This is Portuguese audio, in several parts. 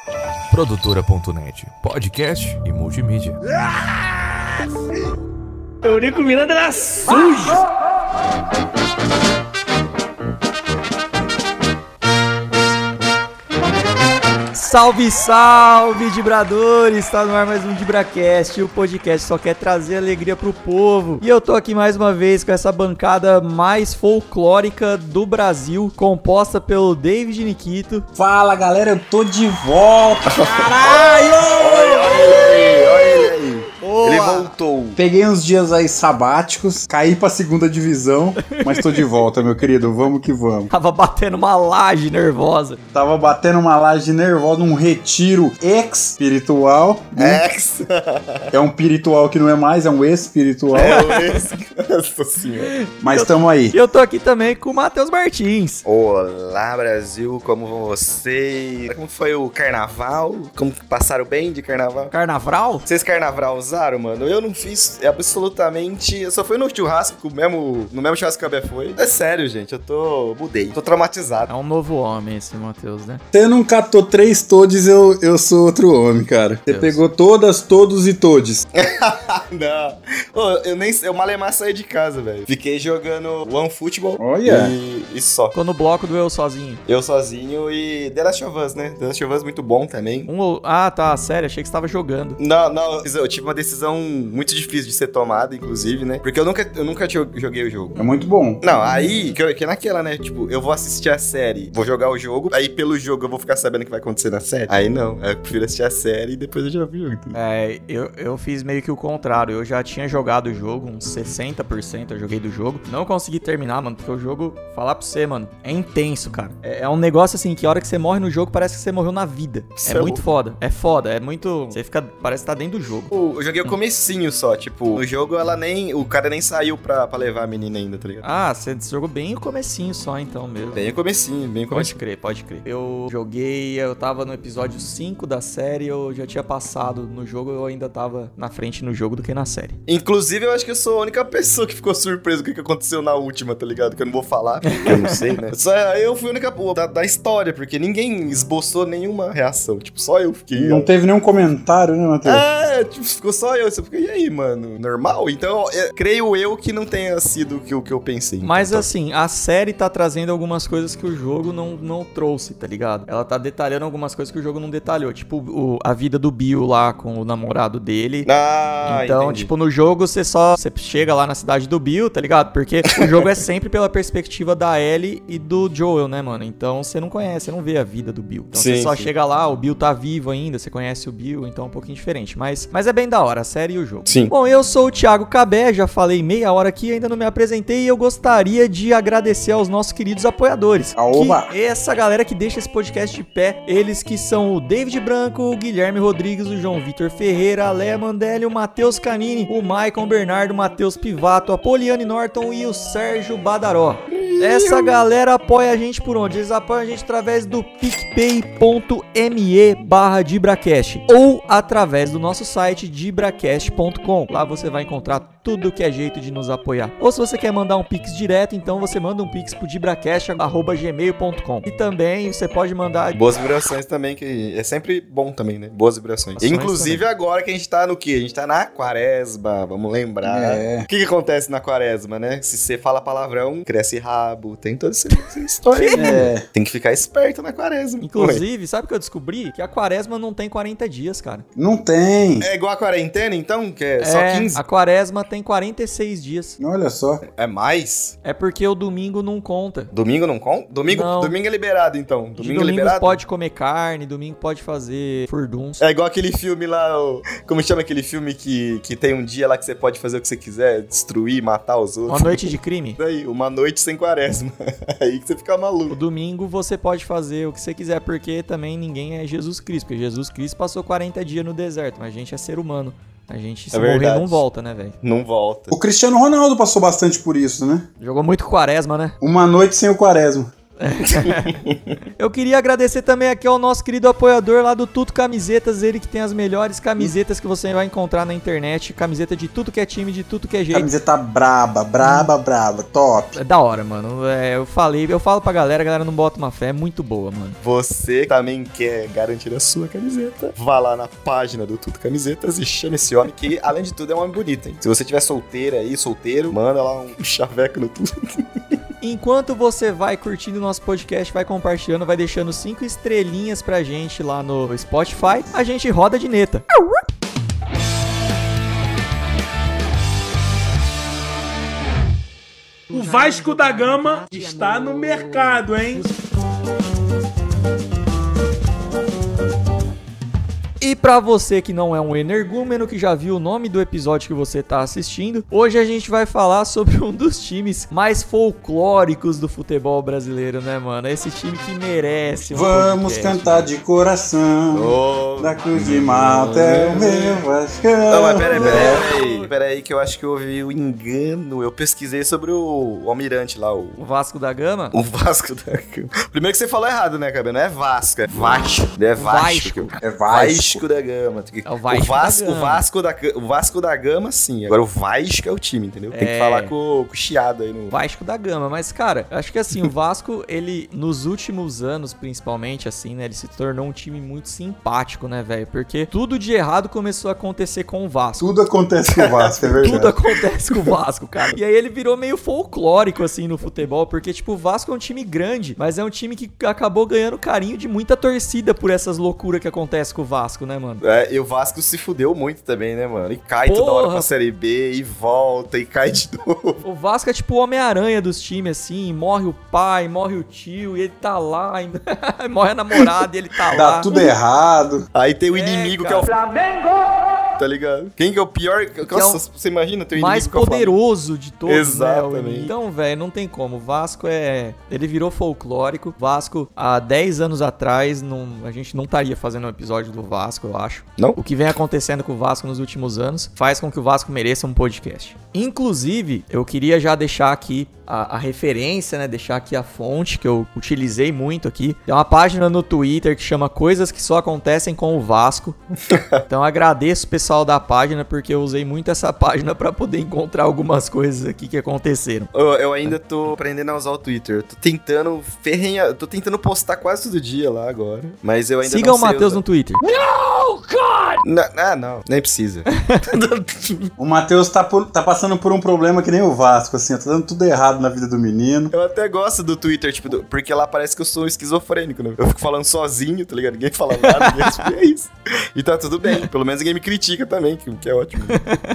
Produtora.net, podcast e multimídia. Eurico Miranda era sujo! Salve, salve, Dibradores! Está no ar mais um Dibracast, o podcast só quer trazer alegria pro povo. E eu tô aqui mais uma vez com essa bancada mais folclórica do Brasil, composta pelo David Nikito. Fala, galera, eu tô de volta! Caralho! Olha ele aí! Boa. Ele voltou. Peguei uns dias aí sabáticos, caí pra segunda divisão, mas tô de volta, meu querido, vamos que vamos. Tava batendo uma laje nervosa. Tava batendo uma laje nervosa, um retiro espiritual. Ex. É um espiritual que não é mais, é um espiritual. É o ex. Nossa senhora. Mas tamo aí. E eu tô aqui também com o Matheus Martins. Olá, Brasil, como vão vocês? Como foi o carnaval? Como passaram bem de carnaval? Carnaval? Vocês carnaval usaram, mano? Eu não fiz absolutamente... Eu só fui no churrasco, no mesmo churrasco que a Bé foi. É sério, gente, mudei. Tô traumatizado. É um novo homem esse Matheus, né? Você não catou 3 todes, eu sou outro homem, cara. Você pegou todas, todos e todes. Não. Eu malemar saí de casa, velho. Fiquei jogando OneFootball. Olha. E só. Ficou no bloco do Eu Sozinho. Eu sozinho e The Last of Us, né? The Last of Us muito bom também. Ah, tá, sério, achei que você tava jogando. Não, eu tive uma decisão muito difícil de ser tomada, inclusive, né? Porque eu nunca joguei o jogo. É muito bom. Não, aí, que naquela, né? Tipo, eu vou assistir a série, vou jogar o jogo, aí pelo jogo eu vou ficar sabendo o que vai acontecer na série. Aí não, eu prefiro assistir a série e depois eu jogo o jogo. Eu fiz meio que o contrário. Eu já tinha jogado o jogo, uns 60% eu joguei do jogo. Não consegui terminar, mano, porque o jogo, falar pra você, mano, é intenso, cara. É um negócio assim, que a hora que você morre no jogo, parece que você morreu na vida. É muito foda. É foda, é muito... Você fica... Parece que tá dentro do jogo. Eu joguei o comecinho só, tipo, no jogo o cara nem saiu pra levar a menina ainda, tá ligado? Ah, você jogou bem o comecinho só, então, mesmo. Bem o comecinho. Pode crer. Eu tava no episódio 5 da série, eu já tinha passado no jogo, eu ainda tava na frente no jogo do que na série. Inclusive, eu acho que eu sou a única pessoa que ficou surpresa com o que aconteceu na última, tá ligado? Que eu não vou falar, porque eu não sei, né? Só eu fui a única da história, porque ninguém esboçou nenhuma reação. Tipo, só eu fiquei... Não teve nenhum comentário, né, Matheus? Tipo, ficou só eu. Você fica, e aí, mano? Normal? Então, creio eu que não tenha sido o que eu pensei. Mas então, assim, a série tá trazendo algumas coisas que o jogo não trouxe, tá ligado? Ela tá detalhando algumas coisas que o jogo não detalhou. Tipo, a vida do Bill lá com o namorado dele. Então, entendi. tipo, no jogo você chega lá na cidade do Bill, tá ligado? Porque o jogo é sempre pela perspectiva da Ellie e do Joel, né, mano? Então você não conhece, você não vê a vida do Bill. Então Sim, você só sim. chega lá, o Bill tá vivo ainda, você conhece o Bill, então é um pouquinho diferente. Mas é bem da hora, a série e o jogo. Sim. Bom, eu sou o Thiago Cabé, já falei meia hora aqui, ainda não me apresentei e eu gostaria de agradecer aos nossos queridos apoiadores. Aoba! Que essa galera que deixa esse podcast de pé, eles que são o David Branco, o Guilherme Rodrigues, o João Vitor Ferreira, a Léa Mandelli, o Matheus Canini, o Maicon Bernardo, o Matheus Pivato, a Poliane Norton e o Sérgio Badaró. Essa galera apoia a gente por onde? Eles apoiam a gente através do picpay.me/dibracast ou através do nosso site dibracast.com. Lá você vai encontrar tudo que é jeito de nos apoiar. Ou se você quer mandar um pix direto, então você manda um pix pro dibracast@gmail.com. E também você pode mandar... Boas vibrações também, que é sempre bom também, né? Boas vibrações. Inclusive também. Agora que a gente tá no quê? A gente tá na quaresma, vamos lembrar. O que acontece na quaresma, né? Se você fala palavrão, cresce rabo, tem toda essa história aí. Tem que ficar esperto na quaresma. Inclusive, sabe o que eu descobri? Que a quaresma não tem 40 dias, cara. Não tem. É igual a quarentena, então? Que é só 15? A quaresma tem 46 dias. Olha só. É mais? É porque o domingo não conta. Domingo não conta? Domingo é liberado, então. Domingo é liberado? Pode comer carne, domingo pode fazer furduns. É igual aquele filme lá, como chama aquele filme que tem um dia lá que você pode fazer o que você quiser, destruir, matar os outros. Uma noite de crime? Aí, uma noite sem quaresma. Aí que você fica maluco. O domingo você pode fazer o que você quiser, porque também ninguém é Jesus Cristo. Porque Jesus Cristo passou 40 dias no deserto, mas a gente é ser humano. A gente, se morrer, não volta, né, velho? Não volta. O Cristiano Ronaldo passou bastante por isso, né? Jogou muito quaresma, né? Uma noite sem o quaresma. Eu queria agradecer também aqui ao nosso querido apoiador lá do Tudo Camisetas, ele que tem as melhores camisetas que você vai encontrar na internet, camiseta de tudo que é time, de tudo que é jeito. Camiseta braba, top. É da hora, mano. Eu falo pra galera, a galera não bota uma fé, é muito boa, mano. Você também quer garantir a sua camiseta? Vá lá na página do Tudo Camisetas e chame esse homem que, além de tudo, é um homem bonito, hein? Se você tiver solteiro, manda lá um chaveco no Tudo. Enquanto você vai curtindo o nosso podcast, vai compartilhando, vai deixando 5 estrelinhas pra gente lá no Spotify, a gente roda de neta. O Vasco da Gama está no mercado, hein? E pra você que não é um energúmeno, que já viu o nome do episódio que você tá assistindo, hoje a gente vai falar sobre um dos times mais folclóricos do futebol brasileiro, né, mano? Esse time que merece Vamos cantar de coração, da Cruz de Malta é o meu Vascão. Não, mas peraí, que eu acho que eu ouvi o engano. Eu pesquisei sobre o Almirante lá, o Vasco da Gama? O Vasco da Gama. Primeiro que você falou errado, né, Cabelo? Não é Vasco, é Vasco. É Vasco. É Vasco. Vasco da Gama. É o Vasco da Gama. O Vasco da Gama, sim. Agora o Vasco é o time, entendeu? Tem que falar com o chiado aí no... Vasco da Gama. Mas, cara, acho que assim, o Vasco, ele, nos últimos anos, principalmente, assim, né, ele se tornou um time muito simpático, né, velho? Porque tudo de errado começou a acontecer com o Vasco. Tudo acontece com o Vasco, é verdade. Tudo acontece com o Vasco, cara. E aí ele virou meio folclórico, assim, no futebol, porque, tipo, o Vasco é um time grande, mas é um time que acabou ganhando carinho de muita torcida por essas loucuras que acontecem com o Vasco, né, mano? E o Vasco se fudeu muito também, né, mano? E cai toda hora pra Série B, e volta, e cai de novo. O Vasco é tipo o Homem-Aranha dos times, assim, morre o pai, morre o tio, e ele tá lá ainda. Morre a namorada e ele tá lá. Dá tudo errado. Aí tem o inimigo, cara, que é o Flamengo! Tá ligado? Quem que é o pior? Nossa, você imagina ter o inimigo mais poderoso de todos, exatamente, né? Então, velho, não tem como. O Vasco ele virou folclórico. O Vasco, há 10 anos atrás, a gente não estaria fazendo um episódio do Vasco, eu acho. Não? O que vem acontecendo com o Vasco nos últimos anos faz com que o Vasco mereça um podcast. Inclusive, eu queria já deixar aqui a referência, né? Deixar aqui a fonte que eu utilizei muito aqui. Tem uma página no Twitter que chama Coisas que Só Acontecem com o Vasco. Então agradeço o pessoal da página, porque eu usei muito essa página pra poder encontrar algumas coisas aqui que aconteceram. Eu ainda tô aprendendo a usar o Twitter. Tô tentando postar quase todo dia lá agora. Mas eu ainda Siga não o Matheus no Twitter. No, God! Não, nem precisa. O Matheus tá passando por um problema que nem o Vasco, assim, tá dando tudo errado na vida do menino. Eu até gosto do Twitter, tipo, porque lá parece que eu sou um esquizofrênico, né? Eu fico falando sozinho, tá ligado? Ninguém fala nada, ninguém é isso. E tá tudo bem. Pelo menos ninguém me critica também, que é ótimo.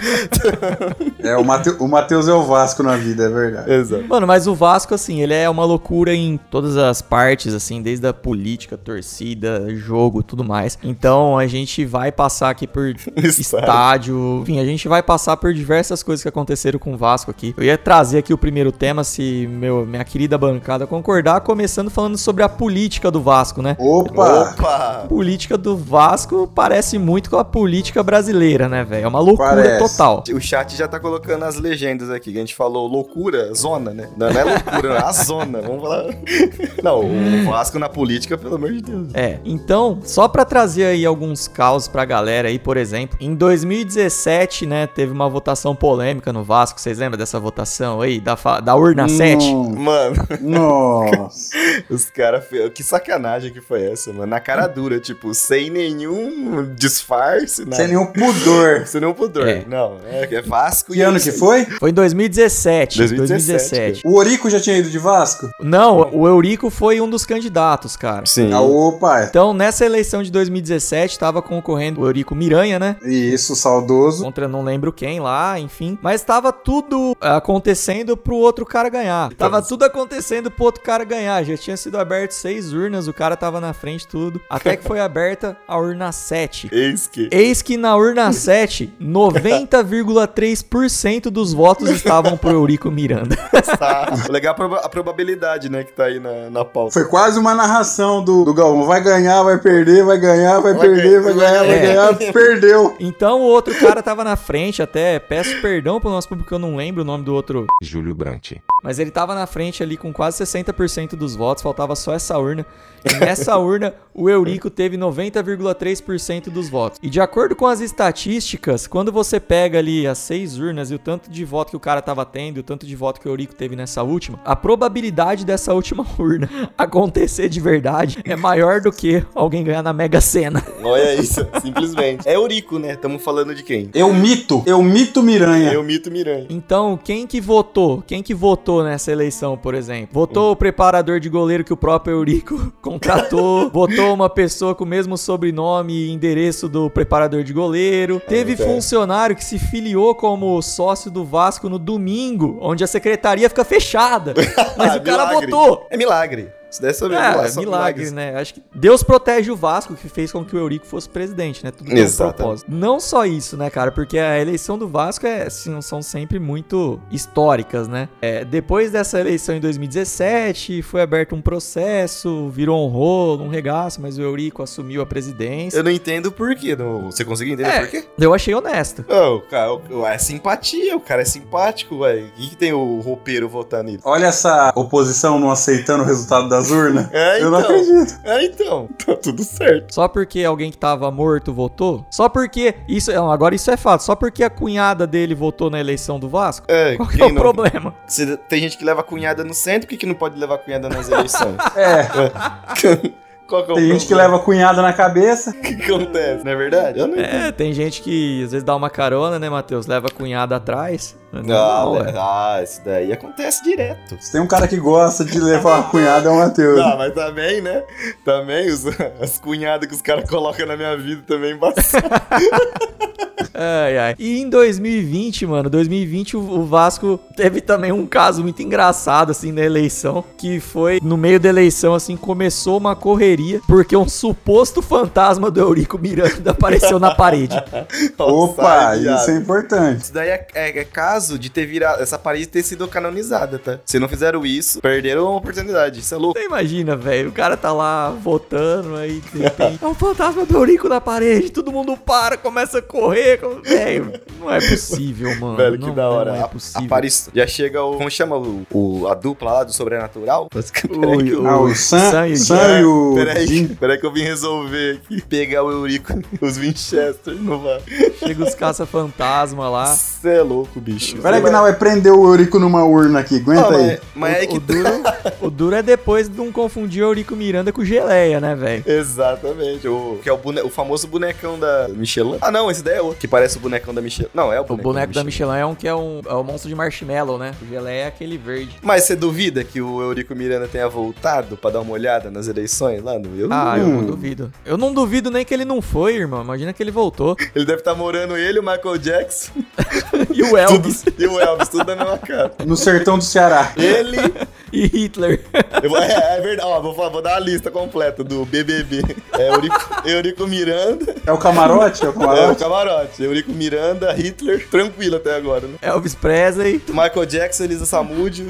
O Matheus é o Vasco na vida, é verdade. Exato. Mano, mas o Vasco, assim, ele é uma loucura em todas as partes, assim, desde a política, torcida, jogo, tudo mais. Então, a gente vai passar aqui por estádio. Enfim, a gente vai passar por diversas coisas que aconteceram com o Vasco aqui. Eu ia trazer aqui o primeiro tema, se minha querida bancada concordar, começando falando sobre a política do Vasco, né? Opa! A política do Vasco parece muito com a política brasileira, né, velho? É uma loucura total. O chat já tá colocando as legendas aqui, que a gente falou loucura, zona, né? Não é loucura, não é a zona. Vamos falar... Não, o Vasco na política, pelo amor de Deus. Então, só pra trazer aí alguns caos pra galera aí, por exemplo, em 2017, né, teve uma votação polêmica no Vasco, vocês lembram dessa votação aí, da urna 7? Mano. Nossa. Os caras... Que sacanagem que foi essa, mano? Na cara dura, tipo, sem nenhum disfarce, nada. Sem nenhum pudor. Sem nenhum pudor. Não, é Vasco. Que ano que foi? Foi em 2017. 2017. O Eurico já tinha ido de Vasco? Não, o Eurico foi um dos candidatos, cara. Sim. Opa. Então, nessa eleição de 2017, tava concorrendo o Eurico Miranha, né? Isso, saudoso. Contra não lembro quem lá, enfim. Mas tava tudo acontecendo pro outro cara ganhar. Tava tudo acontecendo pro outro cara ganhar. Já tinha sido aberto 6 urnas, o cara tava na frente, tudo. Até que foi aberta a urna 7. Eis que na urna 7, 90,3% dos votos estavam pro Eurico Miranda. Legal a probabilidade, né, que tá aí na pauta. Foi quase uma narração do Galvão. Vai ganhar, vai perder, vai ganhar, vai perder, vai ganhar, vai ganhar, Já perdeu. Então o outro cara tava na frente, até peço perdão pro nosso público, eu não lembro o nome do outro. Júlio Brandt. Mas ele tava na frente ali com quase 60% dos votos, faltava só essa urna. E nessa urna, o Eurico teve 90,3% dos votos. E de acordo com as estatísticas, quando você pega ali as 6 urnas e o tanto de voto que o cara tava tendo e o tanto de voto que o Eurico teve nessa última, a probabilidade dessa última urna acontecer de verdade é maior do que alguém ganhar na Mega Sena. Olha isso, simplesmente. É Eurico, né? Estamos falando de quem? Eu mito Miranha. Eu mito Miranha. Então, quem que votou nessa eleição, por exemplo? Votou o preparador de goleiro que o próprio Eurico contratou, votou uma pessoa com o mesmo sobrenome e endereço do preparador de goleiro, teve funcionário que se filiou como sócio do Vasco no domingo, onde a secretaria fica fechada, mas o cara votou. É milagre. Isso deve ser milagre, né? Acho que Deus protege o Vasco, que fez com que o Eurico fosse presidente, né? Tudo com um propósito. Não só isso, né, cara? Porque a eleição do Vasco são sempre muito históricas, né? Depois dessa eleição em 2017, foi aberto um processo, virou um rolo, um regaço, mas o Eurico assumiu a presidência. Eu não entendo por quê. Você conseguiu entender por quê? Eu achei honesto. É simpatia, o cara é simpático, ué. O que tem o roupeiro votar nele? Olha essa oposição não aceitando o resultado das urnas. Eu não acredito. Então. Tá tudo certo. Só porque alguém que tava morto votou? Só porque... Agora isso é fato. Só porque a cunhada dele votou na eleição do Vasco? Qual que é o problema? Tem gente que leva a cunhada no centro, por que não pode levar a cunhada nas eleições? Qual que é o Tem gente que leva a cunhada na cabeça. O que acontece, não é verdade? Eu não entendo. Tem gente que às vezes dá uma carona, né, Matheus? Leva a cunhada atrás. Isso daí acontece direto. Se tem um cara que gosta de levar a cunhada, é o Matheus. Mas também, né? Também as cunhadas que os caras colocam na minha vida também embaçam. E em 2020, o Vasco teve também um caso muito engraçado, assim, na eleição, que foi, no meio da eleição, assim, começou uma correria, porque um suposto fantasma do Eurico Miranda apareceu na parede. Opa, isso é importante. Isso daí é caso de ter virado, essa parede ter sido canonizada, tá? Se não fizeram isso, perderam uma oportunidade, isso é louco. Você imagina, velho, o cara tá lá votando, aí de repente, é um fantasma do Eurico na parede, todo mundo para, começa a correr, velho, não é possível, mano. Velho, que da hora. Não é possível. Já chega como chama a dupla lá do Sobrenatural? O Sam e o... Peraí que eu vim resolver aqui. Pegar o Eurico, os Winchester, não vai. Chega os caça-fantasma lá. Você é louco, bicho. Peraí que não vai prender o Eurico numa urna aqui, aguenta aí. Mas é que o duro é depois de não confundir o Eurico Miranda com o Geleia, né, velho? Exatamente. Que é o famoso bonecão da Michelin. Não, esse daí é outro, que parece o bonecão da Michelin. Não, é o boneco da Michelin é o monstro de marshmallow, né? O Geleia é aquele verde. Mas você duvida que o Eurico Miranda tenha voltado pra dar uma olhada nas eleições lá no eu não duvido. Eu não duvido nem que ele não foi, irmão. Imagina que ele voltou. Ele deve estar morando o Michael Jackson e o Elvis. Tudo na mesma casa. No sertão do Ceará. Ele e Hitler. É verdade. Vou dar a lista completa do BBB. Eurico Miranda. É o camarote? É o camarote. Eurico Miranda, Hitler. Tranquilo até agora, né? Elvis Presley. Michael Jackson, Elisa Samúdio.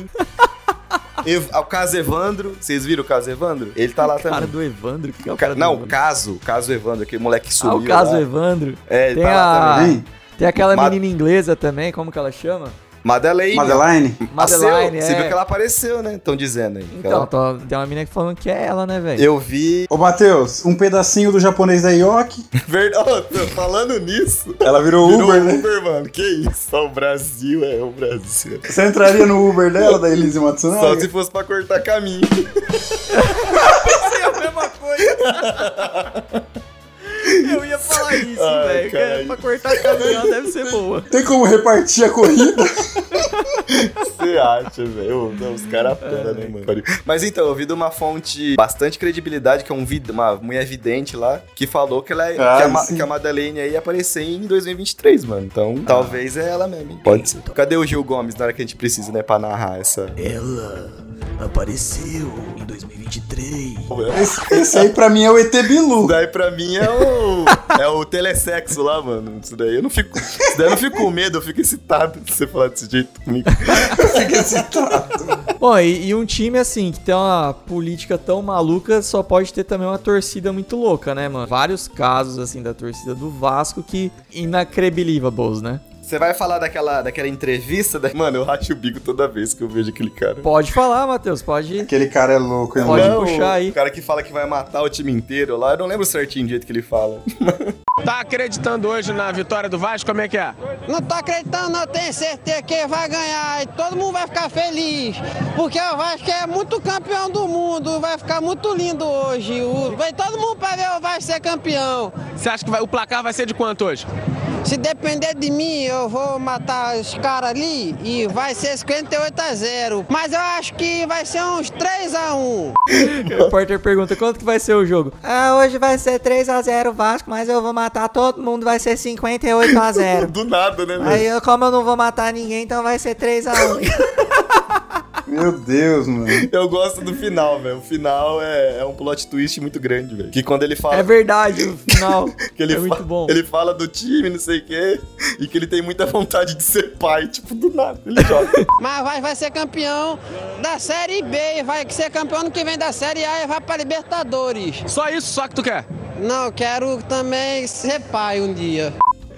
O caso Evandro, vocês viram o caso Evandro? Ele tá lá também. O cara do Evandro? Que é o cara do Evandro? O caso Evandro, aquele moleque que sumiu. O caso Evandro. Ele tá lá também. Tem aquela menina inglesa também, como que ela chama? Madeline. Você viu que ela apareceu, né? Estão dizendo aí. Então, tem uma menina que falando que é ela, né, velho? Eu vi... Ô, Matheus, um pedacinho do japonês da Yoki. Verdade, falando nisso... Ela virou Uber, né? Uber, mano. Que isso? O Brasil é o Brasil. Você entraria no Uber dela, da Elise Matsunaga? Só se fosse pra cortar caminho. Pensei a mesma coisa. Eu ia falar isso, velho. Pra cortar caminhão deve ser boa. Tem como repartir a corrida? Você acha, velho? Os caras foda, né, mano? Mas então, eu vi de uma fonte bastante credibilidade, que é uma mulher vidente lá, que falou que que a Madeleine aí ia aparecer em 2023, mano. Então, talvez é ela mesmo, hein? Pode ser. Cadê o Gil Gomes na hora que a gente precisa, né, pra narrar essa... Ela apareceu em 2023. Esse aí pra mim é o ET Bilu. Isso daí pra mim é o telesexo lá, mano. Isso daí eu não fico com medo, eu fico excitado de você falar desse jeito comigo. Eu fico excitado. Bom, e um time assim, que tem uma política tão maluca, só pode ter também uma torcida muito louca, né, mano? Vários casos, assim, da torcida do Vasco que inacreditáveis, né? Você vai falar daquela entrevista? Mano, eu racho o bico toda vez que eu vejo aquele cara. Pode falar, Matheus, pode... Aquele cara é louco, hein, Pode mano? puxar aí. O cara que fala que vai matar o time inteiro lá, eu não lembro certinho do jeito que ele fala. Tá acreditando hoje na vitória do Vasco? Como é que é? Não tô acreditando, não. Tenho certeza que vai ganhar e todo mundo vai ficar feliz. Porque o Vasco é muito campeão do mundo. Vai ficar muito lindo hoje. Vai todo mundo pra ver o Vasco ser campeão. Você acha que o placar vai ser de quanto hoje? Se depender de mim, eu vou matar os caras ali e vai ser 58-0. Mas eu acho que vai ser uns 3-1. O Porter pergunta, quanto que vai ser o jogo? Hoje vai ser 3-0 Vasco, mas eu vou matar todo mundo, vai ser 58-0. Do nada, né, velho? Aí, como eu não vou matar ninguém, então vai ser 3-1. Meu Deus, mano. Eu gosto do final, velho. O final é um plot twist muito grande, velho. Que quando ele fala... É verdade, o final que ele muito bom. Ele fala do time, não sei o quê, e que ele tem muita vontade de ser pai. Tipo, do nada, ele joga. Mas vai ser campeão da Série B. Vai ser campeão ano que vem da Série A e vai pra Libertadores. Só isso, só que tu quer? Não, eu quero também ser pai um dia.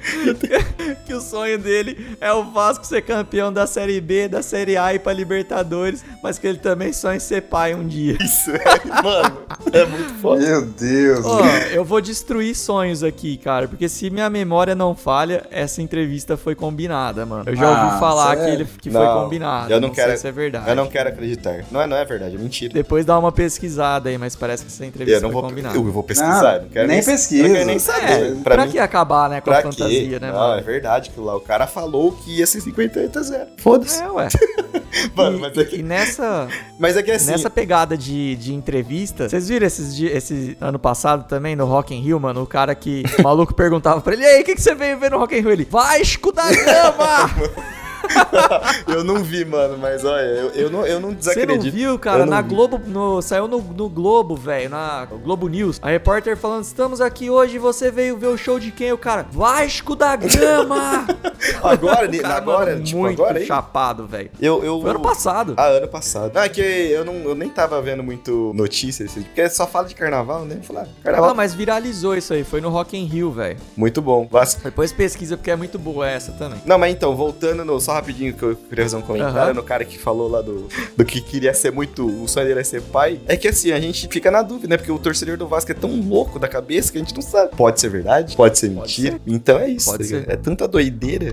Que o sonho dele é o Vasco ser campeão da Série B, da Série A e ir pra Libertadores, mas que ele também sonha em ser pai um dia. Isso, mano, é muito foda. Meu Deus. Ó, eu vou destruir sonhos aqui, cara, porque se minha memória não falha, essa entrevista foi combinada, mano. Eu já ouvi falar sério? que foi combinado. Eu não quero, sei se é verdade. Eu não quero acreditar. Não é verdade, é mentira. Depois dá uma pesquisada aí, mas parece que essa entrevista foi combinada. Eu vou pesquisar, não quero nem pesquisa. Não quero nem saber. Pra que acabar, né, com a fantasia, né, não, mano? é verdade que lá o cara falou que ia ser 58-0. Foda-se. É, ué. Mano, mas é que... E nessa... Mas é que assim... Nessa pegada de entrevista, vocês viram esse ano passado também no Rock in Rio, mano? O cara que... O maluco perguntava pra ele, e aí, o que você veio ver no Rock in Rio? Ele, Vasco da Gama! Eu não vi, mano, mas olha, eu não desacredito. Você não viu, cara? Na Globo, saiu no Globo, velho, na Globo News. A repórter falando, estamos aqui hoje e você veio ver o show de quem? O cara, Vasco da Gama! Agora, Mano, tipo, muito agora, hein? chapado, velho. Foi ano passado. Ano passado. Não, é que eu nem tava vendo muito notícias, porque só fala de carnaval, né? Falar, carnaval. Ah, mas viralizou isso aí, foi no Rock in Rio, velho. Muito bom. Vasco. Depois pesquisa, porque é muito boa essa também. Não, mas então, voltando só rapidinho que eu queria fazer um comentário no cara que falou lá do que queria ser muito, o sonho dele é ser pai, é que assim, a gente fica na dúvida, né? Porque o torcedor do Vasco é tão louco da cabeça que a gente não sabe. Pode ser verdade, pode ser mentira. Então é isso. Pode ser. É tanta doideira.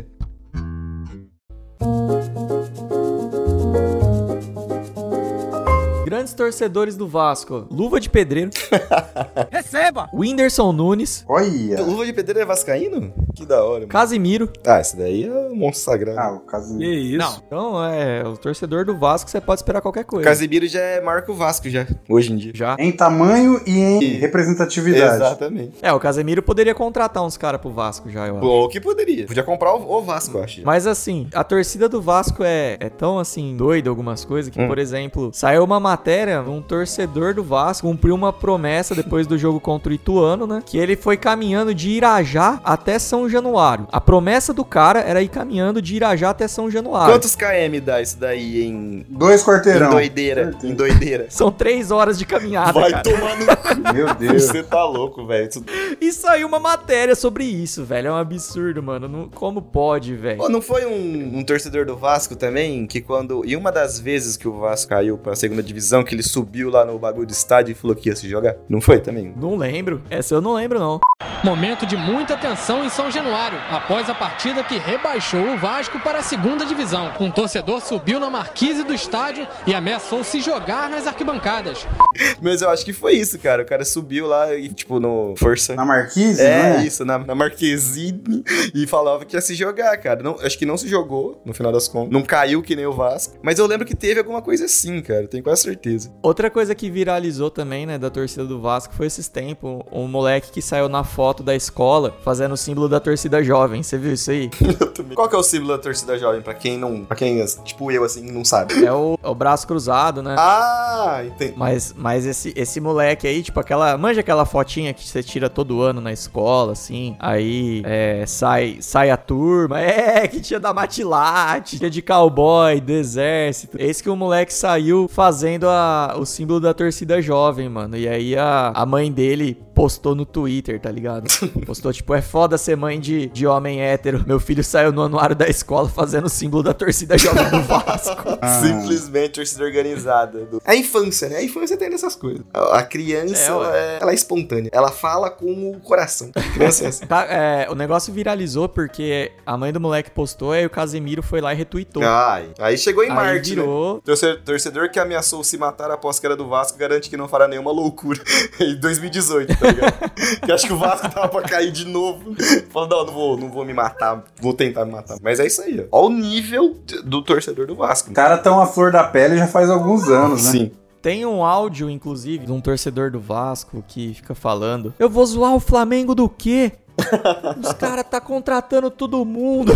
Grandes torcedores do Vasco. Luva de Pedreiro. Receba! Whindersson Nunes. Olha. Luva de pedreiro é vascaíno? Que da hora, mano. Casimiro. Ah, esse daí é um monstro sagrado. Ah, o Casimiro. isso? Não. Então, o torcedor do Vasco, você pode esperar qualquer O coisa. Casimiro já é maior que o Vasco, já, hoje em dia. Já. Em tamanho e em representatividade. Exatamente. O Casemiro poderia contratar uns caras pro Vasco já, eu acho. Ou que poderia. Podia comprar o Vasco, eu acho. Mas assim, a torcida do Vasco é tão assim, doida algumas coisas, que, por exemplo, saiu uma matéria, um torcedor do Vasco cumpriu uma promessa depois do jogo contra o Ituano, né? Que ele foi caminhando de Irajá até São Januário. A promessa do cara era ir caminhando de Irajá até São Januário. Quantos km dá isso daí em... 2 quarteirão. Em doideira. São 3 horas de caminhada, Vai cara. tomar no cu. Meu Deus. Você tá louco, velho. E saiu uma matéria sobre isso, velho. É um absurdo, mano. Como pode, velho? Pô, não foi um torcedor do Vasco também, que quando... E uma das vezes que o Vasco caiu pra segunda divisão, que ele subiu lá no bagulho do estádio e falou que ia se jogar? Não foi também? Não lembro. Essa eu não lembro, não. Momento de muita tensão em São Januário, após a partida que rebaixou o Vasco para a segunda divisão. Um torcedor subiu na marquise do estádio e ameaçou se jogar nas arquibancadas. Mas eu acho que foi isso, cara. O cara subiu lá e, tipo, no Força... Na Marquise, né? Isso, na Marquezine, e falava que ia se jogar, cara. Não, acho que não se jogou, no final das contas. Não caiu que nem o Vasco. Mas eu lembro que teve alguma coisa assim, cara. Tenho quase certeza. Outra coisa que viralizou também, né, da torcida do Vasco, foi esses tempos. Um moleque que saiu na foto da escola fazendo o símbolo da torcida jovem. Você viu isso aí? Qual que é o símbolo da torcida jovem? Pra quem, tipo eu, assim, não sabe. É o braço cruzado, né? Ah, entendi. Mas esse moleque aí, tipo, manja aquela fotinha que você tira todo ano na escola, assim, aí sai a turma, que tinha da Matilate, tinha de cowboy, do exército. Esse que o moleque saiu fazendo o símbolo da torcida jovem, mano. E aí a mãe dele postou no Twitter, tá ligado? Postou, tipo, é foda ser mãe de homem hétero. Meu filho saiu no anuário da escola fazendo o símbolo da torcida jovem do Vasco. Simplesmente torcida organizada. A infância, né? A infância tem dessas coisas. A criança, ela é espontânea. Ela fala com o coração. A criança é assim. O negócio viralizou porque a mãe do moleque postou, aí o Casemiro foi lá e retweetou. Aí chegou em Marte, virou... né? Torcedor que ameaçou se matar após que era do Vasco garante que não fará nenhuma loucura. Em 2018, tá ligado? Que acho que o Vasco tava pra cair de novo. Falando, não vou me matar, vou tentar me matar. Mas é isso aí, ó. Olha o nível do torcedor do Vasco. Os caras tão à flor da pele já faz alguns anos, né? Sim. Tem um áudio, inclusive, de um torcedor do Vasco que fica falando: eu vou zoar o Flamengo do quê? Os caras tá contratando todo mundo.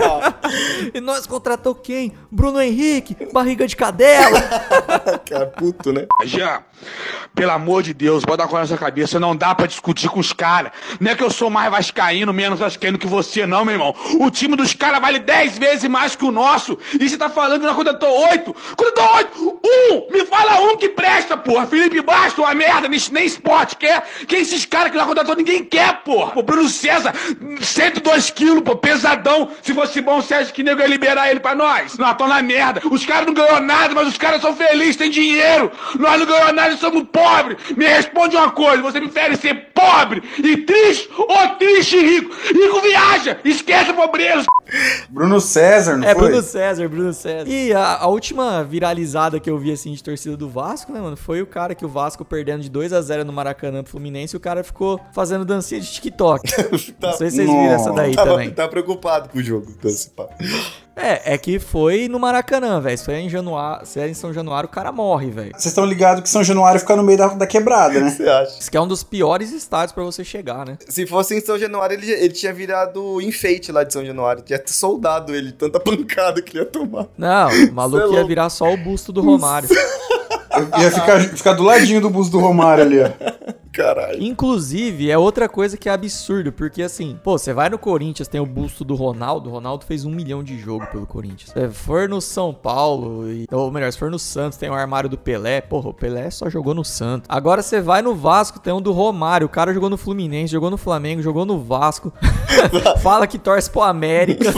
E nós contratou quem? Bruno Henrique, barriga de cadela. Cara, puto, né? Jean, pelo amor de Deus, bota uma coisa nessa cabeça. Não dá pra discutir com os caras. Não é que eu sou mais vascaíno, menos vascaíno que você, não, meu irmão. O time dos caras vale 10 vezes mais que o nosso. E você tá falando que nós contratou 8? Contratou 8! Me fala um que presta, porra. Felipe Bastos, uma merda, nem Sport quer. Quem esses caras que nós contratou? Ninguém quer, porra. O Bruno César, 102 quilos, pô, pesadão. Se fosse bom, você acha que nego ia liberar ele pra nós? Nós estamos na merda. Os caras não ganham nada, mas os caras são felizes, têm dinheiro. Nós não ganhamos nada e somos pobres. Me responde uma coisa, você prefere ser pobre e triste ou triste e rico? Rico viaja, esquece a pobreza. Bruno César, não foi? Bruno César. E a última viralizada que eu vi, assim, de torcida do Vasco, né, mano, foi o cara que o Vasco perdendo de 2-0 no Maracanã pro Fluminense e o cara ficou fazendo dancinha de TikTok. Não sei se vocês viram essa daí também. Tá preocupado com o jogo, então, esse pá. É que foi no Maracanã, velho. Se é em São Januário, o cara morre, velho. Vocês estão ligados que São Januário fica no meio da quebrada, né? Você acha? Isso que é um dos piores estádios pra você chegar, né? Se fosse em São Januário, ele tinha virado enfeite lá de São Januário. Tinha soldado ele, tanta pancada que ele ia tomar. Não, o maluco ia virar só o busto do Romário. Ia ficar do ladinho do busto do Romário ali, ó. Caralho. Inclusive, é outra coisa que é absurdo, porque assim, pô, você vai no Corinthians, tem o busto do Ronaldo. O Ronaldo fez 1 milhão de jogo pelo Corinthians. Se for no São Paulo, ou melhor, se for no Santos, tem o armário do Pelé. Porra, o Pelé só jogou no Santos. Agora você vai no Vasco, tem um do Romário. O cara jogou no Fluminense, jogou no Flamengo, jogou no Vasco. Fala que torce pro América.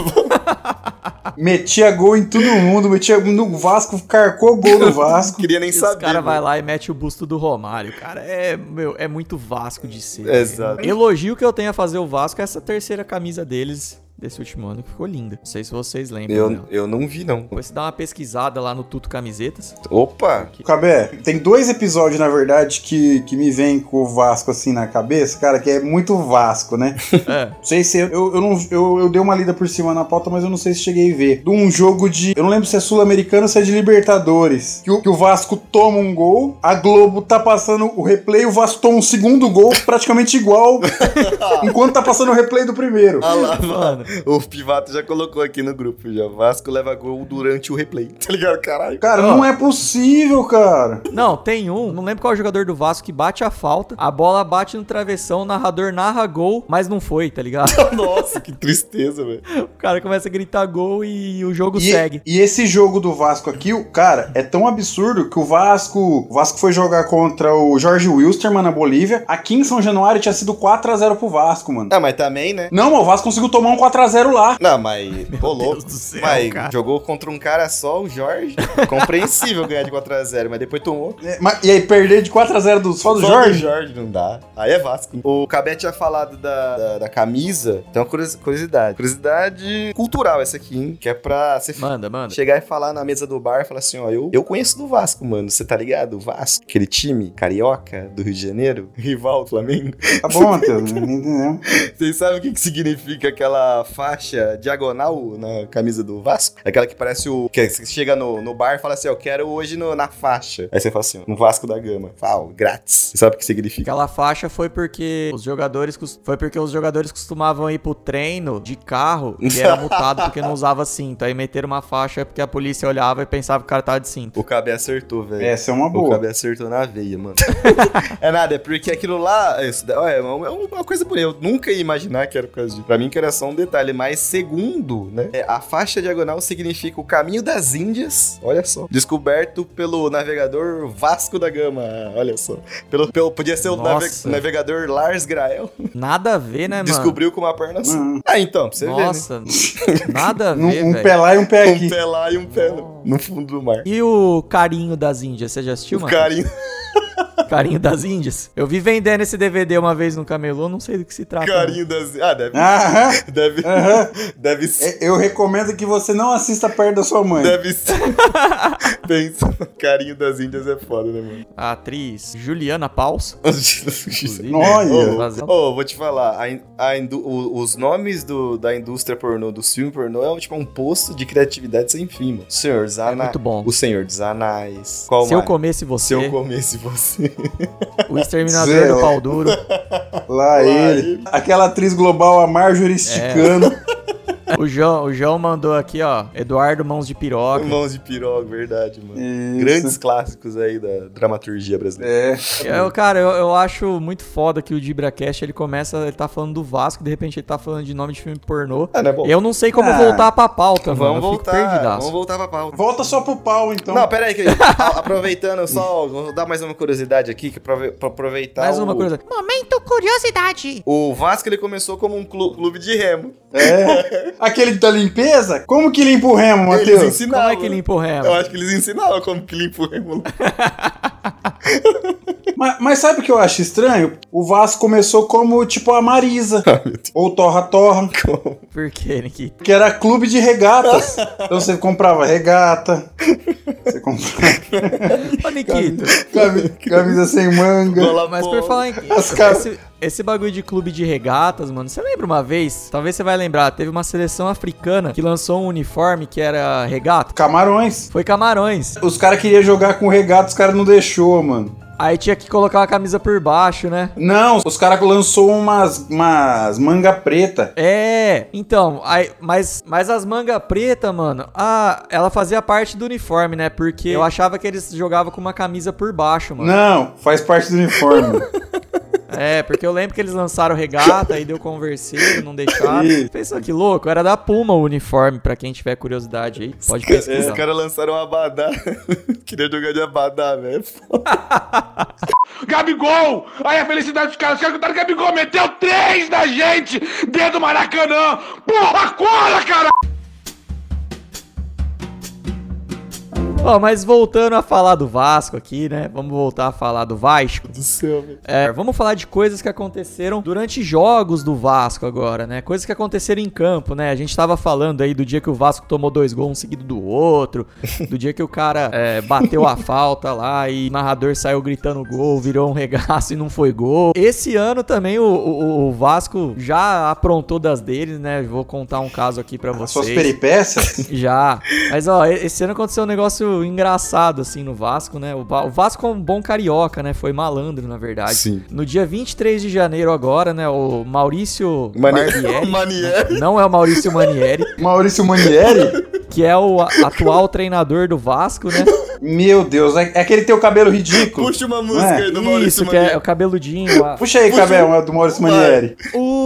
Metia gol em todo mundo, metia no Vasco, carcou gol no Vasco. Queria nem saber. Os cara vai lá e mete o busto do Romário. Cara, é muito Vasco de ser. Exato. Elogio que eu tenho a fazer o Vasco é essa terceira camisa deles desse último ano, que ficou linda. Não sei se vocês lembram. Eu não vi, não. Depois você dá uma pesquisada lá no Tuto Camisetas. Opa! Cabé, tem 2 episódios, na verdade, que me vem com o Vasco assim na cabeça, cara, que é muito Vasco, né? Não sei se eu dei uma lida por cima na pauta, mas eu não sei se cheguei a ver. De um jogo eu não lembro se é sul-americano ou se é de Libertadores, que o Vasco toma um gol, a Globo tá passando o replay, o Vasco toma um segundo gol, praticamente igual, enquanto tá passando o replay do primeiro. Ah lá, mano. O Pivato já colocou aqui no grupo já. Vasco leva gol durante o replay. Tá ligado, caralho? Cara, não é possível, cara. Não, tem não lembro qual é o jogador do Vasco que bate a falta, a bola bate no travessão, o narrador narra gol, mas não foi, tá ligado? Nossa, que tristeza, velho. O cara começa a gritar gol e o jogo segue. E esse jogo do Vasco aqui, cara, é tão absurdo que o Vasco foi jogar contra o Jorge Wilstermann na Bolívia. Aqui em São Januário tinha sido 4-0 pro Vasco, mano. Ah, mas também, né? Não, o Vasco conseguiu tomar um 4-0 lá. Não, mas rolou. Deus do céu, mas cara. jogou contra um cara só, o Jorge. Compreensível ganhar de 4-0, mas depois tomou. E aí, perder de 4-0 só do Jorge? Do Jorge não dá. Aí é Vasco. O Cabé tinha falado da camisa. Tem uma curiosidade. Curiosidade cultural essa aqui, hein? Que é pra você Manda. chegar e falar na mesa do bar e falar assim, ó, eu conheço do Vasco, mano. Você tá ligado? O Vasco, aquele time carioca do Rio de Janeiro, rival do Flamengo. Tá bom, Matheus, não entendeu. Vocês sabem o que significa aquela faixa diagonal na camisa do Vasco? Aquela que parece o... Que você chega no bar e fala assim, eu quero hoje na faixa. Aí você fala assim, no Vasco da Gama. Fala, grátis. Você sabe o que significa? Aquela faixa foi porque os jogadores costumavam ir pro treino de carro e era multado porque não usava cinto. Aí meteram uma faixa porque a polícia olhava e pensava que o cara tava de cinto. O Cabé acertou, velho. Essa é uma boa. O Cabé acertou na veia, mano. É nada, é porque aquilo lá... É uma coisa bonita. Eu nunca ia imaginar que era por causa disso. Pra mim que era só um detalhe. Mas segundo, né? A faixa diagonal significa o caminho das Índias. Olha só. Descoberto pelo navegador Vasco da Gama. Olha só. Podia ser o navegador Lars Grael. Nada a ver, né, mano? Descobriu com uma perna só. Então, pra você ver, né? Nossa, nada a ver, Um velho. pé lá e um pé aqui. Um pé lá e um pé no fundo do mar. E o Carinho das Índias, você já assistiu, mano? Carinho das Índias. Eu vi vendendo esse DVD uma vez no camelô, não sei do que se trata. Carinho das... Deve ser. Eu recomendo que você não assista perto da sua mãe. Deve ser. Pensa, Carinho das Índias é foda, né, mano? A atriz Juliana Paus. Olha. Vou te falar, os nomes da indústria pornô, do filme pornô, é tipo um poço de criatividade sem fim, mano. Senhor dos Anéis. É muito bom. O Senhor dos Anéis. Se eu comesse você. O Exterminador do Pau Duro. Lá ele. Aquela atriz global, a Marjorie Sticano. O João mandou aqui, ó, Eduardo Mãos de Piroca. Mãos de Piroca, verdade, mano. Isso. Grandes clássicos aí da dramaturgia brasileira. Cara, eu acho muito foda que o DibraCast, ele tá falando do Vasco, de repente ele tá falando de nome de filme pornô. Não é bom. Eu não sei como voltar pra pauta, vamos mano. Vamos voltar pra pauta. Volta só pro pau, então. Não, pera aí, aproveitando só, vou dar mais uma curiosidade aqui, que pra aproveitar mais uma curiosidade. Momento curiosidade. O Vasco, ele começou como um clube de remo. Aquele da limpeza? Como que limpa o remo, Matheus? Eles ensinavam. Como é que limpa o remo? Eu acho que eles ensinavam como que limpa o remo. Mas sabe o que eu acho estranho? O Vasco começou como, tipo, a Marisa. Ou Torra-Torra. Por quê, Nikita? Que era clube de regatas. Então você comprava regata. Você comprava... Ô, Nikita. Camisa sem manga. Mas por falar em... Esse bagulho de clube de regatas, mano, você lembra uma vez? Talvez você vai lembrar, teve uma seleção africana que lançou um uniforme que era regata. Camarões. Foi Camarões. Os caras queriam jogar com regata, os caras não deixou, mano. Aí tinha que colocar a camisa por baixo, né? Não, os caras lançou umas manga preta. Então, mas as manga preta, mano, ela fazia parte do uniforme, né? Porque eu achava que eles jogavam com uma camisa por baixo, mano. Não, faz parte do uniforme. Porque eu lembro que eles lançaram regata, aí deu converseiro, não deixaram. Pensa que louco, era da Puma o uniforme, pra quem tiver curiosidade aí, pode pesquisar. Os caras lançaram um abadá. Queria jogar de abadá, velho. Gabigol! Aí a felicidade dos caras, os caras contaram que Gabigol meteu 3 na gente dentro do Maracanã! Porra, cola, cara! Mas voltando a falar do Vasco aqui, né? Vamos voltar a falar do Vasco. Do céu, velho. Vamos falar de coisas que aconteceram durante jogos do Vasco agora, né? Coisas que aconteceram em campo, né? A gente tava falando aí do dia que o Vasco tomou 2 gols um seguido do outro, do dia que o cara bateu a falta lá e o narrador saiu gritando gol, virou um regaço e não foi gol. Esse ano também o Vasco já aprontou das deles, né? Vou contar um caso aqui pra vocês. Suas peripécias? Já. Mas, esse ano aconteceu um negócio engraçado, assim, no Vasco, né? O Vasco é um bom carioca, né? Foi malandro, na verdade. Sim. No dia 23 de janeiro agora, né? O Maurício Barbieri. Manieri. Não é o Maurício Manieri. Maurício Manieri? Que é o atual treinador do Vasco, né? Meu Deus, é aquele teu cabelo ridículo. Puxa uma música aí do Maurício Isso, Manieri. que é o cabeludinho lá. Puxa aí, cabelo do Maurício Manieri.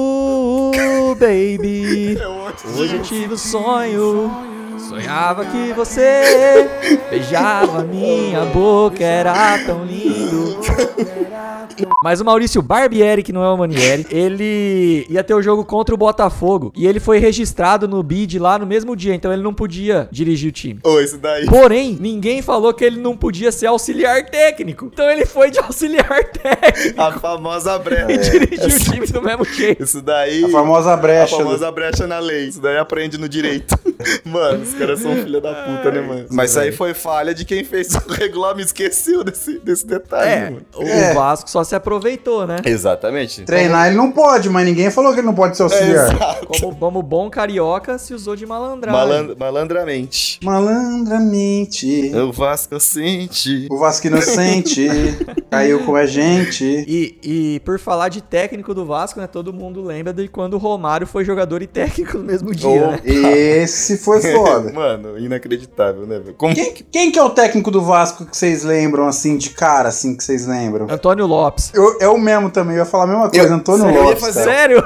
Baby, hoje eu tive um sonho. Sonhava que você beijava minha boca, era tão lindo. Mas o Maurício Barbieri, que não é o Manieri, ele ia ter o jogo contra o Botafogo. E ele foi registrado no BID lá no mesmo dia, então ele não podia dirigir o time. Isso daí. Porém, ninguém falou que ele não podia ser auxiliar técnico. Então ele foi de auxiliar técnico. A famosa brecha. E dirigiu o time do mesmo jeito. Isso daí... A famosa brecha. A famosa brecha na lei. Isso daí aprende no direito. Mano, os caras são filha da puta, né, mano? Mas isso aí foi falha de quem fez o regulamento. Esqueceu desse detalhe, mano. o Vasco só se aproveitou, né? Exatamente. Treinar ele não pode, mas ninguém falou que ele não pode ser auxiliar. Como bom carioca, se usou de malandragem. Malandramente. Malandramente. O Vasco sente. O Vasco inocente caiu com a gente. E por falar de técnico do Vasco, né? Todo mundo lembra de quando o Romário foi jogador e técnico no mesmo dia, né? Esse foi foda. Mano, inacreditável, né, velho? Quem que é o técnico do Vasco que vocês lembram, assim, de cara, assim, que vocês lembram? Antônio Lopes. Eu mesmo também, eu ia falar a mesma coisa, Antônio Lopes. Sério?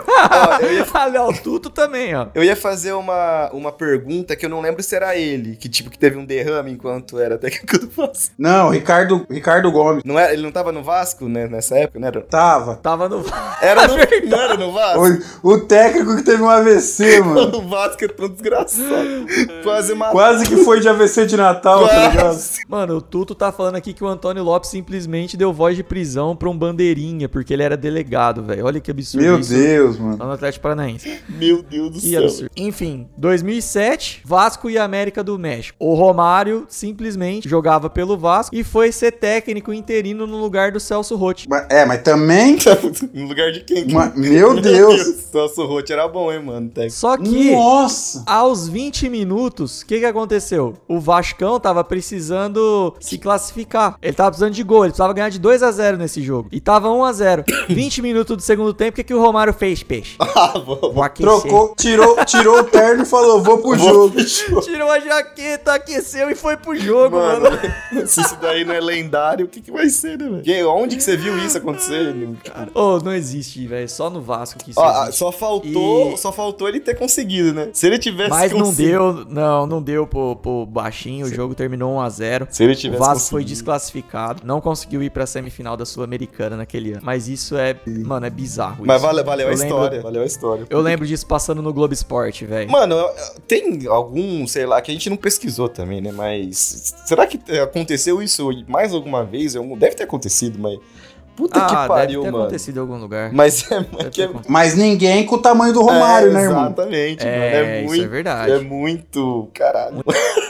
O Tuto também, ó. Eu ia fazer uma pergunta que eu não lembro se era ele, que tipo, que teve um derrame enquanto era técnico do Vasco. Não, Ricardo Gomes. Não era, ele não tava no Vasco, né, nessa época, não era? Tava no Vasco. Não era no Vasco? O técnico que teve um AVC, mano. O Vasco é tão desgraçado. Quase que foi de AVC de Natal, tá ligado? Mano, o Tuto tá falando aqui que o Antônio Lopes simplesmente deu voz de prisão pra um bandeirinha, porque ele era delegado, velho. Olha que absurdo. Meu isso. Deus, mano. Lá no Atlético Paranaense. Meu Deus do céu. Absurdo. Enfim, 2007, Vasco e América do México. O Romário simplesmente jogava pelo Vasco e foi ser técnico interino no lugar do Celso Roth. Mas também... No lugar de quem? Meu Deus. Celso Roth era bom, hein, mano. Só que, nossa, aos 20 minutos, o que aconteceu? O Vascão tava precisando se classificar. Ele tava precisando de gol, ele precisava ganhar de 2-0 nesse jogo. E tava 1-0. 20 minutos do segundo tempo, o que o Romário fez, peixe? Vou aquecer. Trocou, tirou o terno e falou, vou pro jogo. Tirou a jaqueta, aqueceu e foi pro jogo, mano. Se isso daí não é lendário, o que vai ser, né, velho? Onde que você viu isso acontecer? Não existe, velho. Só no Vasco que isso existe. Só faltou ele ter conseguido, né? Se ele tivesse conseguido... não deu pro baixinho. O jogo terminou 1-0. Se ele tivesse o Vasco foi desclassificado. Não conseguiu ir pra semifinal da Sul-Americana naquele ano. Mas isso é bizarro. Mas valeu a história. Valeu a história. Eu lembro disso passando no Globo Esporte, velho. Mano, tem algum, sei lá, que a gente não pesquisou também, né? Mas será que aconteceu isso mais alguma vez? Deve ter acontecido, mas... Puta que pariu, deve ter mano. acontecido em algum lugar. Mas ninguém com o tamanho do Romário, né, irmão? Exatamente, mano. Isso é verdade. É muito... Caralho.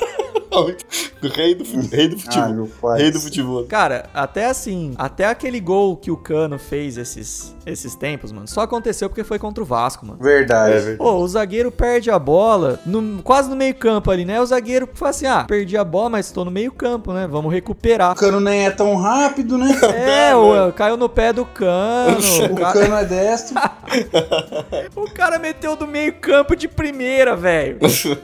Rei do futebol. Rei do futebol. Cara, até aquele gol que o Cano fez esses tempos, mano, só aconteceu porque foi contra o Vasco, mano. Verdade. Pô, o zagueiro perde a bola quase no meio campo ali, né? O zagueiro fala assim, perdi a bola, mas tô no meio campo, né? Vamos recuperar. O Cano nem é tão rápido, né? Caiu no pé do Cano. O Cano é destro. O cara meteu do meio campo de primeira, velho.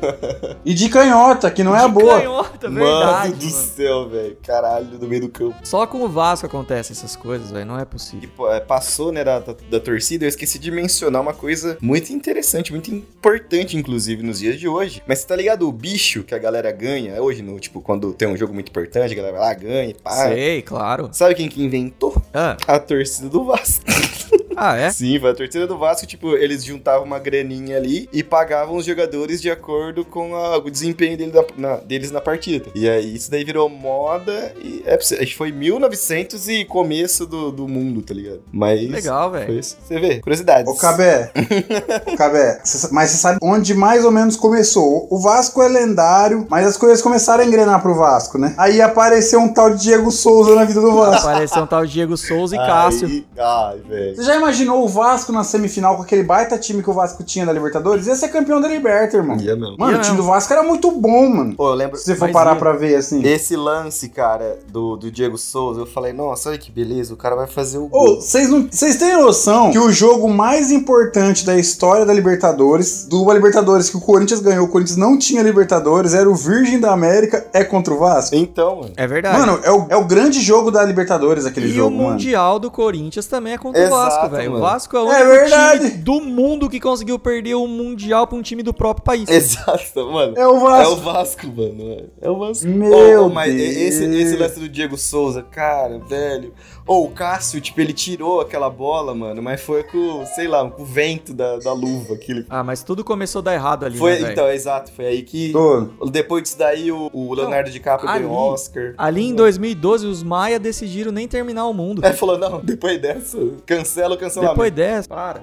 E de canhota, que não é a boa. Canhota, verdade, mano. Céu, velho. Caralho, no meio do campo. Só com o Vasco acontecem essas coisas, velho. Não é possível. Passou, né, da torcida. Eu esqueci de mencionar uma coisa muito interessante, muito importante, inclusive, nos dias de hoje. Mas você tá ligado o bicho que a galera ganha hoje, quando tem um jogo muito importante, a galera vai lá, ganha e pá. Sei, claro. Sabe quem que inventou? A torcida do Vasco. É? Sim, foi a torcida do Vasco, eles juntavam uma graninha ali e pagavam os jogadores de acordo com o desempenho deles na partida. E aí isso daí virou moda e acho que foi 1900 e começo do mundo, tá ligado? Mas... Legal, velho. Você vê, curiosidades. Ô, Cabé, mas você sabe onde mais ou menos começou? O Vasco é lendário, mas as coisas começaram a engrenar pro Vasco, né? Aí apareceu um tal de Diego Souza na vida do Vasco. Apareceu um tal de Diego Souza e Cássio. Ai, velho. Você já imaginou o Vasco na semifinal com aquele baita time que o Vasco tinha da Libertadores? Ia ser campeão da Liberta, irmão. Mano, o time do Vasco era muito bom, mano. Pô, eu lembro... Se você for parar pra ver, assim. Esse lance, cara, do Diego Souza, eu falei, nossa, olha que beleza, o cara vai fazer o gol. Vocês têm noção que o jogo mais importante da história da Libertadores, do Libertadores que o Corinthians ganhou, o Corinthians não tinha Libertadores, era o Virgem da América, é contra o Vasco? Então, mano. É verdade. Mano, é o grande jogo da Libertadores, aquele jogo, mano. E o Mundial do Corinthians também é contra o Vasco, velho. O Vasco é o único time do mundo que conseguiu perder o Mundial pra um time do próprio país. Exato, mano. É o Vasco. É o Vasco, mano. É o Vasco. Mas esse lance do Diego Souza, cara, velho. O Cássio, ele tirou aquela bola, mano, mas foi com, sei lá, com o vento da luva. Mas tudo começou a dar errado ali, foi, né, então, exato. Foi aí que... Depois disso daí, o Leonardo DiCaprio ganhou o Oscar. Ali em 2012, os Maia decidiram nem terminar o mundo. Falou, não, depois dessa, cancela o cancelamento. Depois dessa, para.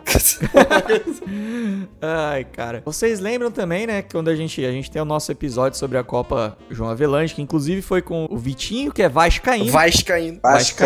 Ai, cara. Vocês lembram também, né, quando a gente tem o nosso episódio sobre a Copa João Avelange, que inclusive foi com o Vitinho, que é vascaíno. Vascaíno.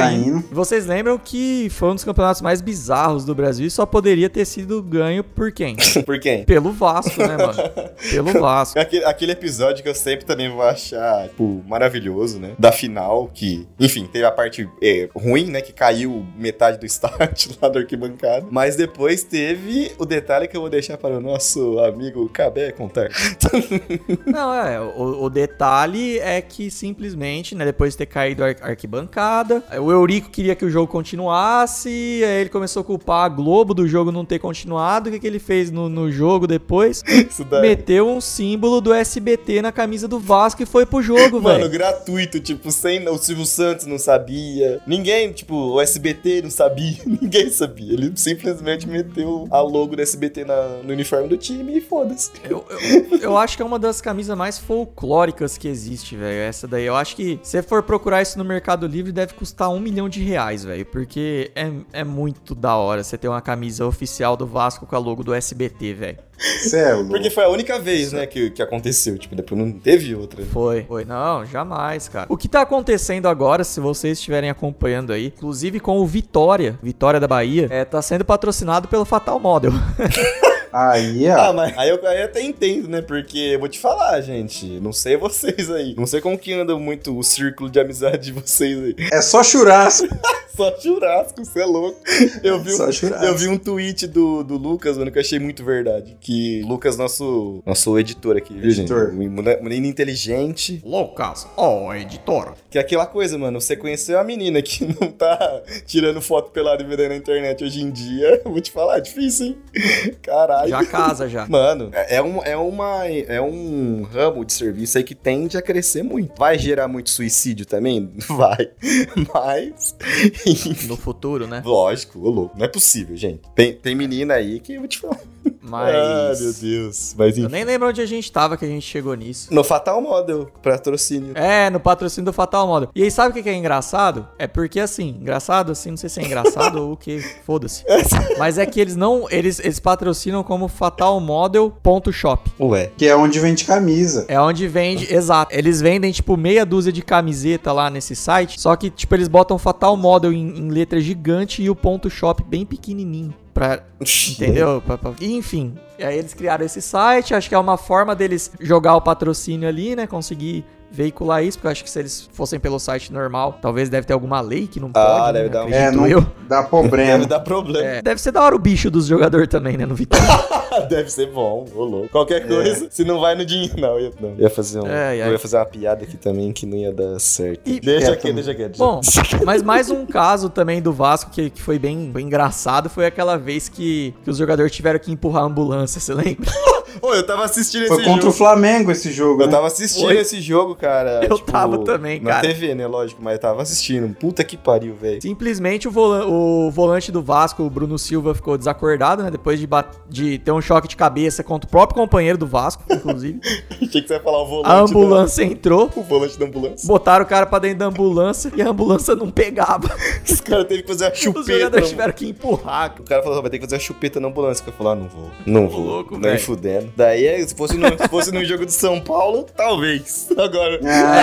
Vocês lembram que foi um dos campeonatos mais bizarros do Brasil e só poderia ter sido ganho por quem? Por quem? Pelo Vasco, né, mano? Pelo Vasco. Aquele episódio que eu sempre também vou achar, tipo, maravilhoso, né? Da final, que, enfim, teve a parte ruim, né? Que caiu metade do estádio lá da arquibancada. Mas depois teve o detalhe que eu vou deixar para o nosso amigo Cabé contar. Não, o detalhe é que simplesmente, né, depois de ter caído a arquibancada, o Eurico queria que o jogo continuasse, aí ele começou a culpar a Globo do jogo não ter continuado. O que ele fez no jogo depois? Meteu um símbolo do SBT na camisa do Vasco e foi pro jogo, velho. Mano, gratuito, tipo, sem o Silvio Santos não sabia, ninguém, tipo, o SBT não sabia, ninguém sabia. Ele simplesmente meteu a logo do SBT no uniforme do time e foda-se. Eu acho que é uma das camisas mais folclóricas que existe, velho. Essa daí. Eu acho que se você for procurar isso no Mercado Livre, deve custar R$1 milhão, velho. Porque é muito da hora você ter uma camisa oficial do Vasco com a logo do SBT, velho. Céu. Porque foi a única vez, né, que aconteceu. Tipo, depois não teve outra. Foi. Não, jamais, cara. O que tá acontecendo agora, se vocês estiverem acompanhando aí, inclusive com o Vitória da Bahia, tá sendo patrocinado pelo Fatal Model. Aí, ó. Mas aí eu até entendo, né? Porque eu vou te falar, gente. Não sei vocês aí. Não sei como que anda muito o círculo de amizade de vocês aí. É só churrasco. Só churrasco, você é louco. Eu vi um tweet do Lucas, mano, que eu achei muito verdade. Que Lucas, nosso editor aqui, viu, gente? Menino inteligente. Lucas, editor. Que é aquela coisa, mano. Você conheceu a menina que não tá tirando foto pelada e vendendo na internet hoje em dia. Eu vou te falar, é difícil, hein? Caralho. Já casa, já. Mano, é um ramo de serviço aí que tende a crescer muito. Vai gerar muito suicídio também? Vai. Mas... no futuro, né? Lógico, ô louco. Não é possível, gente. Tem menina aí que eu vou te falar. Mas... ah, meu Deus. Mas, eu nem lembro onde a gente tava que a gente chegou nisso. No Fatal Model, patrocínio. No patrocínio do Fatal Model. E aí, sabe o que é engraçado? É porque, assim, engraçado, assim, não sei se é engraçado ou o que, foda-se. Mas é que eles patrocinam como fatalmodel.shop. Ué. Que é onde vende camisa. É onde vende, exato. Eles vendem, tipo, meia dúzia de camiseta lá nesse site, só que, tipo, eles botam Fatal Model em letra gigante e o .shop bem pequenininho. Entendeu? Enfim, e aí eles criaram esse site, acho que é uma forma deles jogar o patrocínio ali, né? Conseguir veicular isso, porque eu acho que se eles fossem pelo site normal, talvez deve ter alguma lei que não pode. Deve né? dar dá problema. Deve dar problema. Deve ser da hora o bicho dos jogadores também, né? No Vitória. Deve ser bom, ô louco. Qualquer coisa, se não vai no dinheiro. Não, eu ia fazer eu ia fazer uma piada aqui também que não ia dar certo. Deixa quieto. Bom, mas mais um caso também do Vasco que foi bem engraçado foi aquela vez que os jogadores tiveram que empurrar a ambulância, você lembra? Eu tava assistindo esse jogo. Foi contra o Flamengo esse jogo, Eu tava assistindo esse jogo, cara. Eu tava também, cara. Na TV, né, lógico, mas eu tava assistindo. Puta que pariu, velho. Simplesmente o volante do Vasco, o Bruno Silva, ficou desacordado, né? Depois de ter um choque de cabeça contra o próprio companheiro do Vasco, inclusive. Achei que você ia falar o volante. A ambulância entrou. O volante da ambulância. Botaram o cara pra dentro da ambulância e a ambulância não pegava. Os caras teve que fazer a chupeta. Os jogadores tiveram que empurrar. O cara falou, vai ter que fazer a chupeta na ambulância. Eu falei, não vou. Louco, não ir fudendo. Daí, se fosse no jogo de São Paulo, talvez. Agora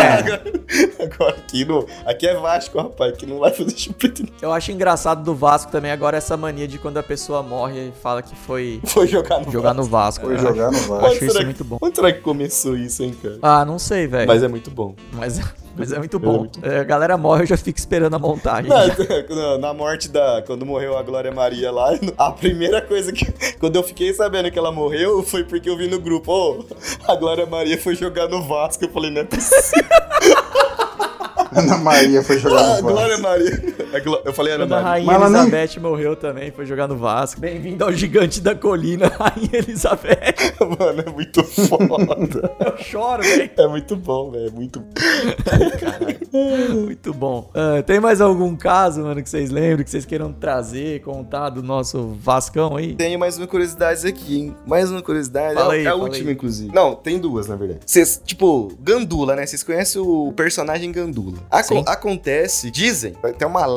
aqui é Vasco, rapaz, que não vai fazer chupeta. Eu acho engraçado do Vasco também agora essa mania de quando a pessoa morre e fala que foi jogar no Vasco. Foi jogar no Vasco. Acho isso muito bom. Onde será que começou isso, hein, cara? Ah, não sei, velho. Mas é muito bom. Mas é muito bom. A galera morre, eu já fico esperando a montagem. Na morte quando morreu a Glória Maria lá, a primeira coisa que... Quando eu fiquei sabendo que ela morreu, foi porque eu vi no grupo, a Glória Maria foi jogar no Vasco. Eu falei, não é possível. Ana Maria foi jogar no Vasco. Glória Maria. Eu falei Ana Maria. A Rainha Elizabeth morreu também, foi jogar no Vasco. Bem-vindo ao gigante da colina, Rainha Elizabeth. Mano, é muito foda. Eu choro, velho. É muito bom, velho. É muito bom. Caralho. Muito bom. Tem mais algum caso, mano, que vocês lembram, que vocês queiram trazer, contar do nosso Vascão aí? Tenho mais uma curiosidade aqui, hein? Mais uma curiosidade. Fala aí, a última, inclusive. Não, tem duas, na verdade. Vocês, tipo, Gandula, né? Vocês conhecem o personagem Gandula. Acontece, dizem, tem uma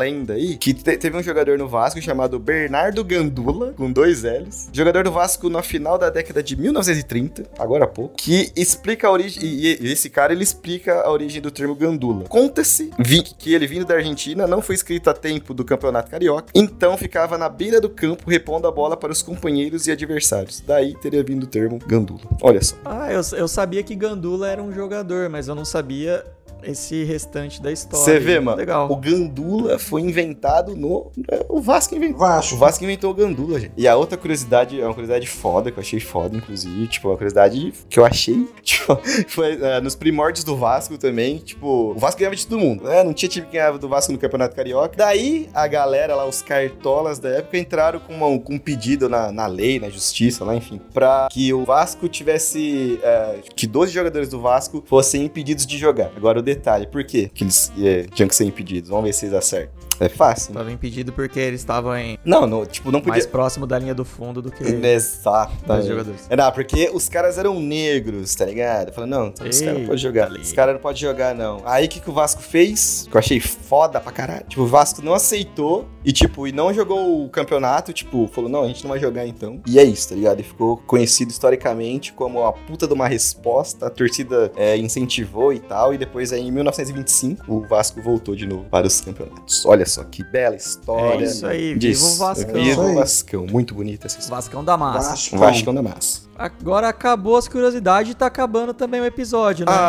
lenda aí, que teve um jogador no Vasco chamado Bernardo Gandula, com 2 L's. Jogador do Vasco na final da década de 1930, agora há pouco, que explica a origem, e esse cara, ele explica a origem do termo gandula. Conta-se que ele vindo da Argentina, não foi inscrito a tempo do Campeonato Carioca, então ficava na beira do campo repondo a bola para os companheiros e adversários. Daí teria vindo o termo gandula. Olha só. Eu sabia que Gandula era um jogador, mas eu não sabia esse restante da história. Você vê, mano, legal. O Gandula foi inventado o Vasco inventou. O Vasco inventou o Gandula, gente. E a outra curiosidade, é uma curiosidade foda, que eu achei foda, inclusive, tipo, uma curiosidade que eu achei, tipo, foi nos primórdios do Vasco também, tipo, o Vasco ganhava de todo mundo, né? Não tinha time que ganhava do Vasco no Campeonato Carioca. Daí, a galera lá, os cartolas da época, entraram com um pedido na lei, na justiça, lá, enfim, pra que o Vasco tivesse, que 12 jogadores do Vasco fossem impedidos de jogar. Agora, o detalhe, por quê que eles tinham que ser impedidos? Vamos ver se eles acertam. É fácil. Tava impedido porque eles estavam não podia... mais próximo da linha do fundo do que exato, os jogadores. Não, porque os caras eram negros, tá ligado? Falando, não, os caras não podem jogar. Os caras não podem jogar, não. Aí, o que o Vasco fez? Que eu achei foda pra caralho. Tipo, o Vasco não aceitou e não jogou o campeonato, tipo, falou, não, a gente não vai jogar então. E é isso, tá ligado? E ficou conhecido historicamente como a puta de uma resposta. A torcida incentivou e tal. E depois, aí, em 1925, o Vasco voltou de novo para os campeonatos. Olha só, que bela história. É isso aí, viva o Vascão. Viva o Vascão, muito bonita essa história. Vascão da massa. Vascão da massa. Agora acabou as curiosidades e tá acabando também o episódio, né?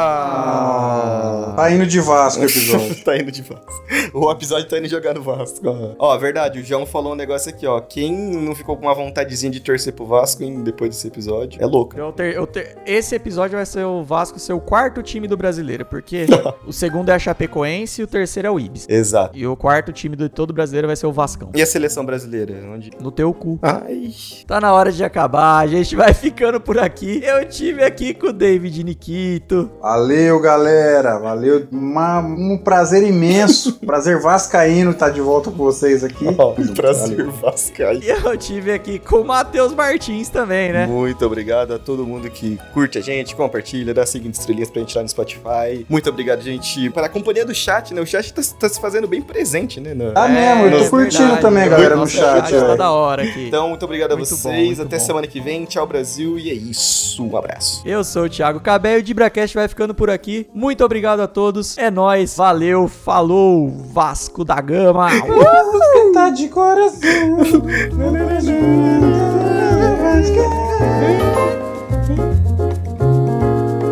Tá indo de Vasco o episódio. Tá indo de Vasco. O episódio tá indo jogar no Vasco. Ó, verdade, o João falou um negócio aqui, ó. Quem não ficou com uma vontadezinha de torcer pro Vasco depois desse episódio é louco. Esse episódio vai ser o Vasco ser o 4º time do brasileiro, porque o segundo é a Chapecoense e o terceiro é o Ibis. Exato. E o 4º time de todo brasileiro vai ser o Vascão. E a seleção brasileira? Onde? No teu cu. Ai. Tá na hora de acabar, a gente vai ficando por aqui. Eu tive aqui com o David Nikito. Valeu, galera. Valeu. Um prazer imenso. Prazer vascaíno estar de volta com vocês aqui. Prazer vascaíno. E eu tive aqui com o Matheus Martins também, né? Muito obrigado a todo mundo que curte a gente, compartilha, dá 5 estrelinhas pra gente lá no Spotify. Muito obrigado, gente, pela companhia do chat, né? O chat tá se fazendo bem presente, né? Mesmo, eu tô curtindo verdade, também, galera, no chat. Tá da hora aqui. Então, muito obrigado a vocês. Até semana que vem. Tchau, Brasil. E é isso. Um abraço. Eu sou o Thiago Cabé e o DibraCast vai ficando por aqui. Muito obrigado a todos. É nóis. Valeu. Falou. Vasco da Gama. Vamos cantar de coração.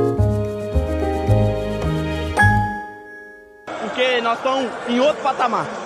Porque nós estamos em outro patamar.